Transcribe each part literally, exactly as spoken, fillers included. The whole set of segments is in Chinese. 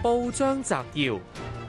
報章摘要：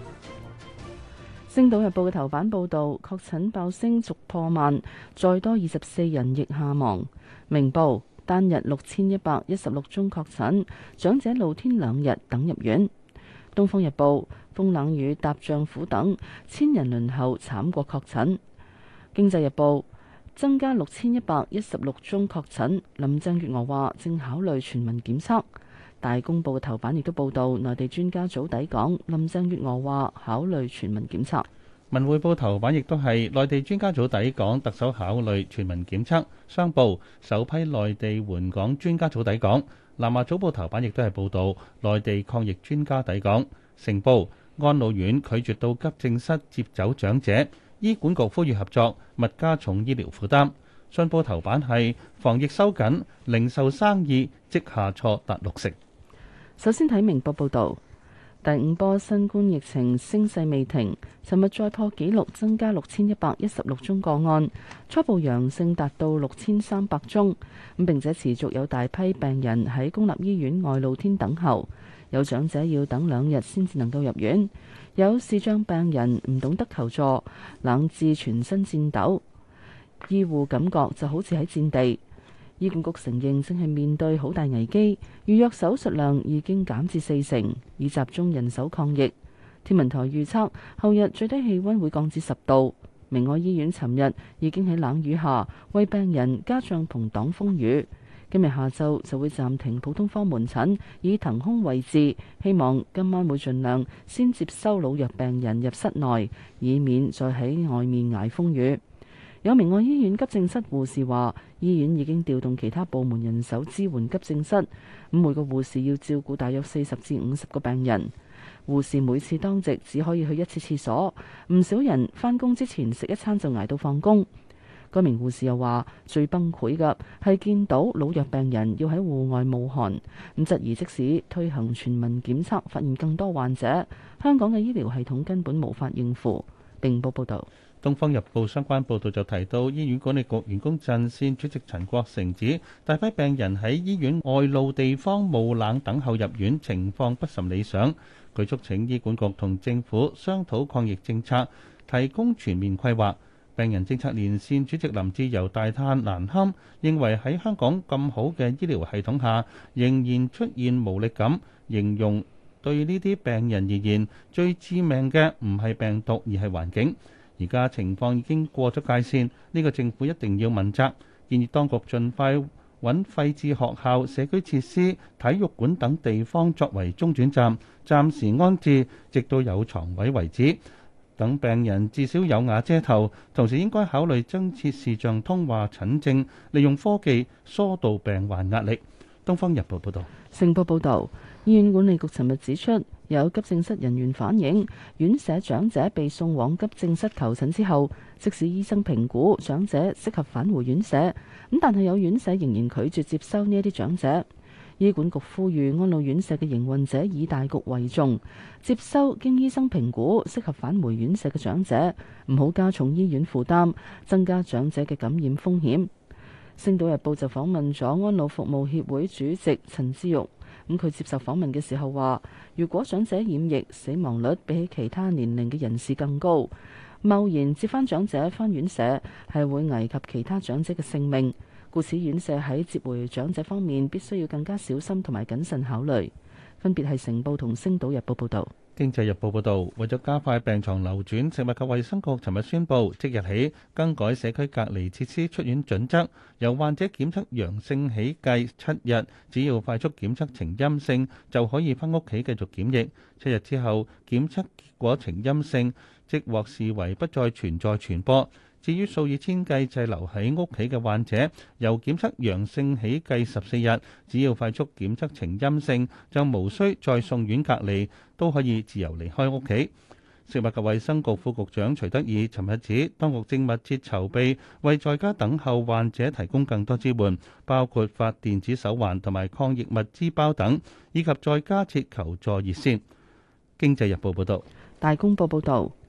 星島日報嘅頭版報導，確診爆升續破萬，再多二十四人疫下亡。明報單日六千一百一十六宗確診，長者露天兩日等入院。東方日報風冷雨搭丈夫等，千人輪候慘過確診。經濟日報增加六千一百一十六宗確診，林鄭月娥話正考慮全民檢測。大公報嘅頭版亦都報道，內地專家組抵港，林鄭月娥話考慮全民檢測。 文匯報頭版亦都係內地專家組抵港，特首考慮全民檢測。商報首批內地援港專家組抵港。南華早報頭版亦都係報道內地抗疫專家抵港。成報安老院拒絕到急症室接走長者，醫管局呼籲合作，勿加重醫療負擔。信報頭版係防疫收緊，零售生意即下挫達六成。 首先睇明報報導，第五波新冠疫情升勢未停，尋日再破紀錄，增加六千一百一十六宗個案，初步陽性達到六千三百宗。咁並且持續有大批病人喺公立醫院外露天等候，有長者要等兩日先至能夠入院，有視障病人唔懂得求助，冷至全身顫抖，醫護感覺就好似喺戰地。醫管局承認正係面對好大危機，預約手術量已經減至四成，以集中人手抗疫。天文台預測後日最低氣溫會降至十度。明愛醫院尋日已經喺冷雨下為病人加帳篷擋風雨，今日下晝就會暫停普通科門診，以騰空位置，希望今晚會盡量先接收老弱病人入室內，以免再喺外面捱風雨。有明愛醫院急症室護士話，醫院已經調動其他部門人手支援急症室，咁每個護士要照顧大約四十至五十個病人。護士每次當值只可以去一次廁所，唔少人返工之前食一餐就捱到放工。嗰名護士又話，最崩潰嘅係見到老弱病人要喺戶外冒寒，咁質疑即使推行全民檢測，發現更多患者，香港嘅醫療系統根本無法應付。明報報道。 《東方日報》相關報導就提到，醫院管理局員工陣線主席陳國成指，大批病人喺醫院外露地方冒冷等候入院，情況不甚理想。佢促請醫管局同政府商討抗疫政策，提供全面規劃。病人政策連線主席林志由大嘆難堪，認為喺香港咁好嘅醫療系統下，仍然出現無力感，形容對呢啲病人而言，最致命嘅唔係病毒而係環境。而家情況已經過咗界線，呢個政府一定要問責，建議當局盡快揾廢置學校、社區設施、體育館等地方作為中轉站，暫時安置，直到有床位為止。等病人至少有瓦遮頭，同時應該考慮增設視像通話診症，利用科技疏導病患壓力。《東方日報》報道。 成報報導，醫院管理局尋日指出，有急症室人員反映，院舍長者被送往急症室求診之後，即使醫生評估長者適合返回院舍，咁但係有院舍仍然拒絕接收呢一啲長者。醫管局呼籲安老院舍嘅營運者以大局為重，接收經醫生評估適合返回院舍嘅長者，唔好加重醫院負擔，增加長者嘅感染風險。星島日報就訪問咗安老服務協會主席陳志玉，咁佢接受訪問嘅時候話，如果長者染疫，死亡率比起其他年齡嘅人士更高，貿然接翻長者翻院舍係會危及其他長者嘅性命，故此院舍喺接回長者方面必須要更加小心同埋謹慎考慮。分別係成報同星島日報報導。 經濟日報報導，為咗加快病床流轉，食物及衛生局尋日宣布，即日起更改社區隔離設施出院準則，由患者檢測陽性起計七日，只要快速檢測呈陰性，就可以返屋企繼續檢疫。七日之後檢測結果呈陰性，即獲視為不再存在傳播。至於數以千計滯留喺屋企嘅患者，由檢測陽性起計十四日，只要快速檢測呈陰性，就無需再送院隔離，都可以自由離開屋企。食物及衛生局副局長徐德義尋日指，當局正密切籌備為在家等候患者提供更多支援，包括發電子手環同埋抗疫物資包等，以及再加設求助熱線。經濟日報報導。 大公報報導。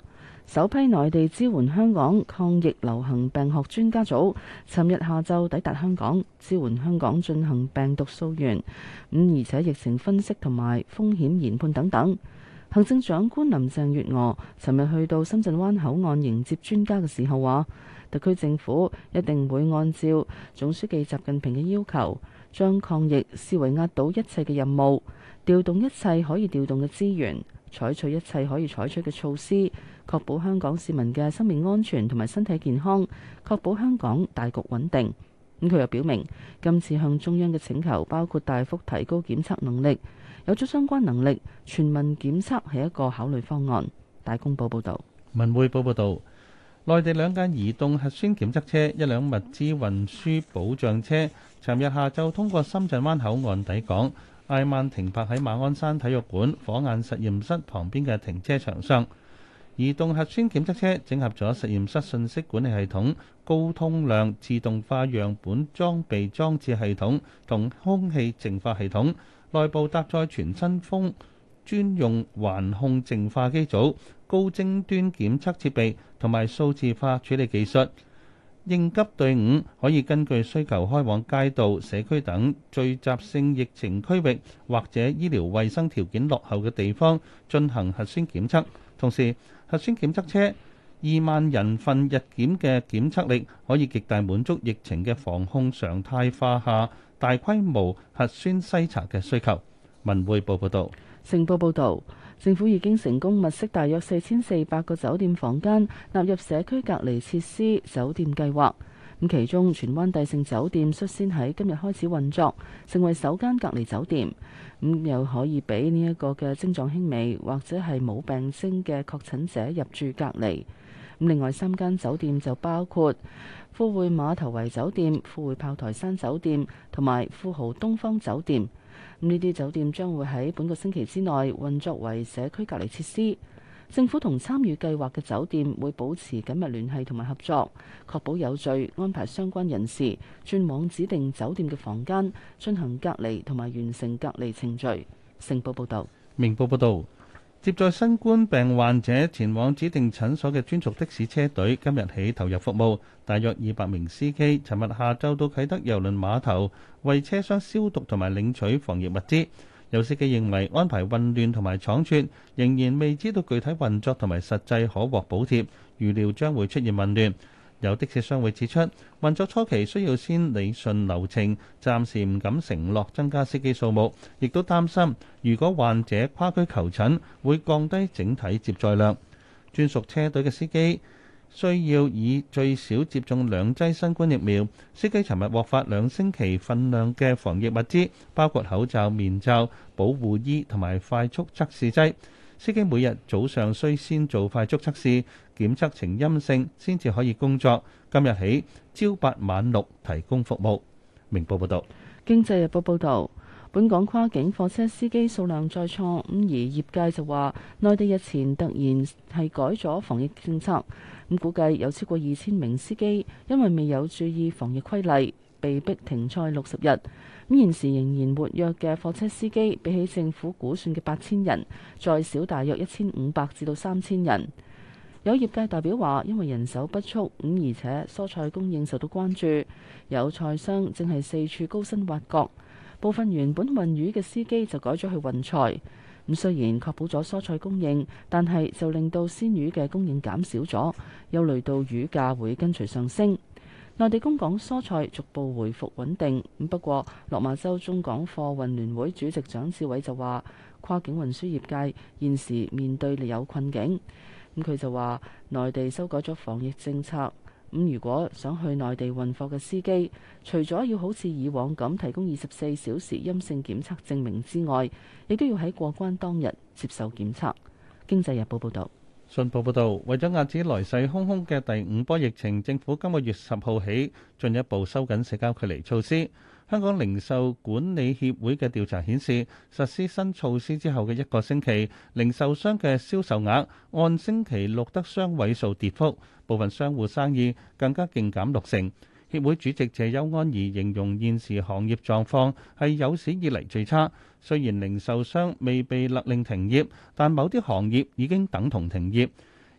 首批內地支援香港抗疫流行病學專家組，尋日下晝抵達香港，支援香港進行病毒溯源，咁而且疫情分析同埋風險研判等等。行政長官林鄭月娥尋日去到深圳灣口岸迎接專家嘅時候話，特區政府一定會按照總書記習近平嘅要求，將抗疫視為壓倒一切嘅任務，調動一切可以調動嘅資源，採取一切可以採取嘅措施，確保香港市民嘅生命安全同埋身體健康，確保香港大局穩定。咁佢又表明，今次向中央嘅請求包括大幅提高檢測能力，有咗相關能力，全民檢測係一個考慮方案。大公報報道。 文匯報報道，內地兩架移動核酸檢測車、一輛物資運輸保障車，尋日下晝通過深圳灣口岸抵港，挨晚停泊喺馬鞍山體育館火眼實驗室旁邊嘅停車場上。移動核酸檢測車整合咗實驗室信息管理系統、高通量自動化樣本裝備裝置系統同空氣淨化系統，內部搭載全新風專用環控淨化機組、高精端檢測設備同埋數字化處理技術。應急隊伍可以根據需求開往街道、社區等聚集性疫情區域或者醫療衛生條件落後嘅地方進行核酸檢測。同時，核酸檢測車二萬人份日檢嘅檢測力，可以極大滿足疫情嘅防控常態化下大規模核酸篩查嘅需求。文匯報報道。 成報報導，政府已經成功物色大約四千四百個酒店房間納入社區隔離設施酒店計劃。咁其中，荃灣帝盛酒店率先喺今日開始運作，成為首間隔離酒店。咁又可以俾呢一個嘅症狀輕微或者係冇病徵嘅確診者入住隔離。咁另外三間酒店就包括富匯馬頭圍酒店、富匯炮台山酒店同埋富豪東方酒店。呢啲酒店將會喺本個星期之內運作為社區隔離設施。政府同參與計劃嘅酒店會保持緊密聯繫同埋合作，確保有序安排相關人士轉往指定酒店嘅房間進行隔離同埋完成隔離程序。成報報道。 明報報道，接載新冠病患者前往指定診所嘅專屬的士車隊今日起投入服務，大約二百名司機尋日下晝到啟德郵輪碼頭為車廂消毒同埋領取防疫物資。有司機認為安排混亂同埋倉促，仍然未知道具體運作同埋實際可獲補貼，預料將會出現混亂。有的士商會指出，運作初期需要先理順流程，暫時唔敢承諾增加司機數目，亦都擔心如果患者跨區求診，會降低整體接載量。專屬車隊嘅司機需要以最少接種兩劑新冠疫苗。司機尋日獲發兩星期份量嘅防疫物資，包括口罩、面罩、保護衣同埋快速測試劑。司機每日早上需先做快速測試，檢測呈陰性先至可以工作。今日起朝八晚六提供服務。明報報道。 經濟日報報導，本港跨境貨車司機數量再創，咁而業界就話，內地日前突然係改咗防疫政策，咁估計有超過二千名司機因為未有注意防疫規例，被逼停賽六十日。咁現時仍然活躍嘅貨車司機，比起政府估算嘅八千人，再少大約一千五百至到三千人。有業界代表話，因為人手不足，咁而且蔬菜供應受到關注，有菜商正係四處高薪挖角。部分原本運魚嘅司機就改咗去運菜。咁雖然確保咗蔬菜供應，但係就令到鮮魚嘅供應減少咗，憂慮到魚價會跟隨上升。內地供港蔬菜逐步回復穩定，咁不過落馬洲中港貨運聯會主席蔣志偉就話，跨境運輸業界現時面對有困境。咁佢就話，內地修改咗防疫政策，咁如果想去內地運貨嘅司機，除咗要好似以往咁提供二十四小時陰性檢測證明之外，亦都要喺過關當日接受檢測。經濟日報報導。 信報報導，為咗壓止來勢洶洶嘅第五波疫情，政府今個月十號起進一步收緊社交距離措施。香港零售管理協會嘅調查顯示，實施新措施之後嘅一個星期，零售商嘅銷售額按星期錄得雙位數跌幅，部分商戶生意更加勁減六成。協會主席謝邱安儀形容現時行業狀況係有史以嚟最差。雖然零售商未被勒令停業，但某啲行業已經等同停業。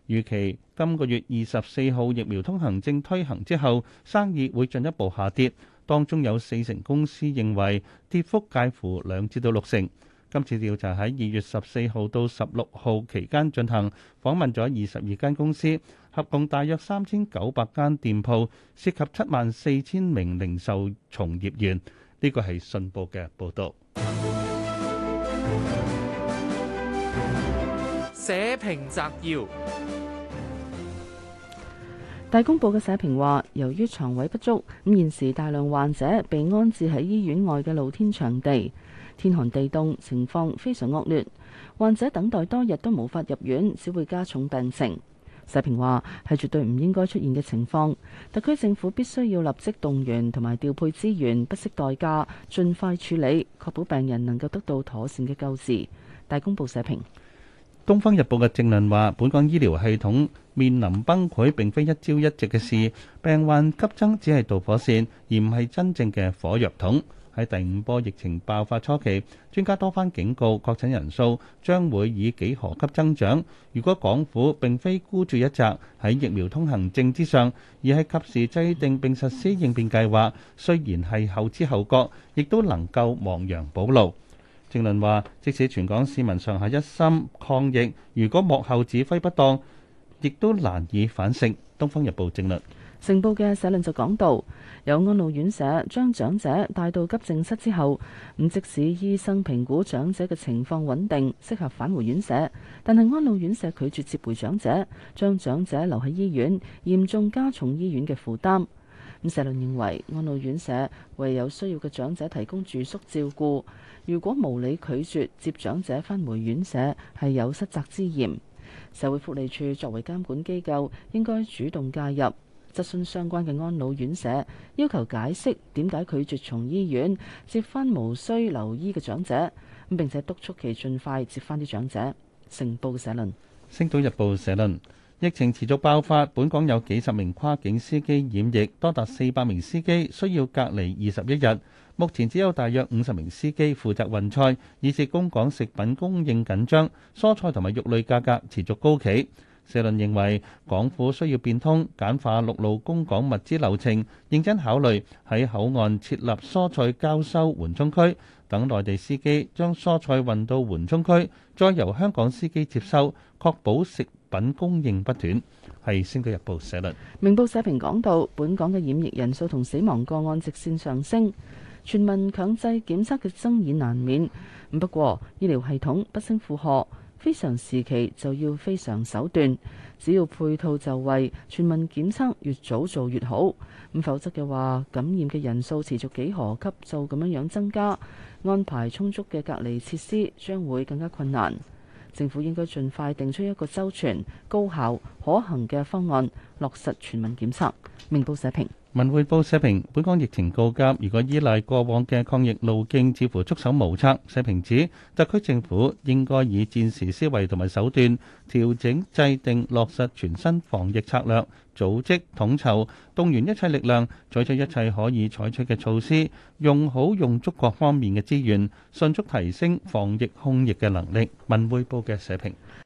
預期今個月二十四號疫苗通行證推行之後，生意會進一步下跌。當中有四成公司認為跌幅介乎兩至到六成。今次調查喺二月十四號到十六號期間進行，訪問咗二十二間公司，合共大約三千九百間店鋪，涉及七萬四千名零售從業員。呢個係信報嘅報導。 社評摘要。 大公報嘅社評話，由於床位不足，咁現時大量患者被安置喺醫院外嘅露天場地，天寒地凍，情況非常惡劣。患者等待多日都無法入院，只會加重病情。社評話係絕對唔應該出現嘅情況，特區政府必須要立即動員同埋調配資源，不惜代價，盡快處理，確保病人能夠得到妥善嘅救治。大公報社評。 《東方日報》嘅正論話，本港醫療系統面臨崩潰並非一朝一夕嘅事，病患急增只係導火線，而唔係真正嘅火藥桶。喺第五波疫情爆發初期，專家多番警告確診人數將會以幾何級增長。如果港府並非孤注一擲喺疫苗通行證之上，而係及時制定並實施應變計劃，雖然係後知後覺，亦都能夠亡羊補牢。正論話，即使全港市民上下一心抗疫，如果幕後指揮不當，亦都難以反勝。《東方日報》正論。 成報嘅社論就講到，有安老院舍將長者帶到急症室之後，咁即使醫生評估長者嘅情況穩定，適合返回院舍，但係安老院舍拒絕接回長者，將長者留喺醫院，嚴重加重醫院嘅負擔。咁社論認為，安老院舍為有需要嘅長者提供住宿照顧，如果無理拒絕接長者返回院舍，係有失責之嫌。社會福利署作為監管機構，應該主動介入，質詢相關嘅安老院舍，要求解釋點解拒絕從醫院接返無需留醫嘅長者，咁並且督促其盡快接返啲長者。成報社論。《 星島日報》社論。疫情持續爆發，本港有幾十名跨境司機染疫，多達四百名司機需要隔離二十一日。目前只有大約五十名司機負責運菜，以致供港食品供應緊張，蔬菜同埋肉類價格持續高企。社論認為，港府需要變通，簡化陸路供港物資流程，認真考慮喺口岸設立蔬菜交收緩衝區，等內地司機將蔬菜運到緩衝區，再由香港司機接收，確保食品供應不斷。係《星島日報》社論。 明報社評講到，本港嘅染疫人數同死亡個案直線上升，全民強制檢測嘅爭議難免。不過，醫療系統不勝負荷，非常時期就要非常手段，只要配套就位，全民檢測越早做越好。咁否則嘅話，感染嘅人數持續幾何級數咁樣樣增加，安排充足嘅隔離設施將會更加困難。政府應該盡快定出一個周全、高效、可行嘅方案，落實全民檢測。明報社評。 文匯報社評，本港疫情告急，如果依賴過往嘅抗疫路徑，似乎束手無策。社評指，特區政府應該以戰時思維同埋手段調整、制定、落實全新防疫策略，組織統籌，動員一切力量，採取一切可以採取嘅措施，用好用足各方面嘅資源，迅速提升防疫控疫嘅能力。文匯報嘅社評。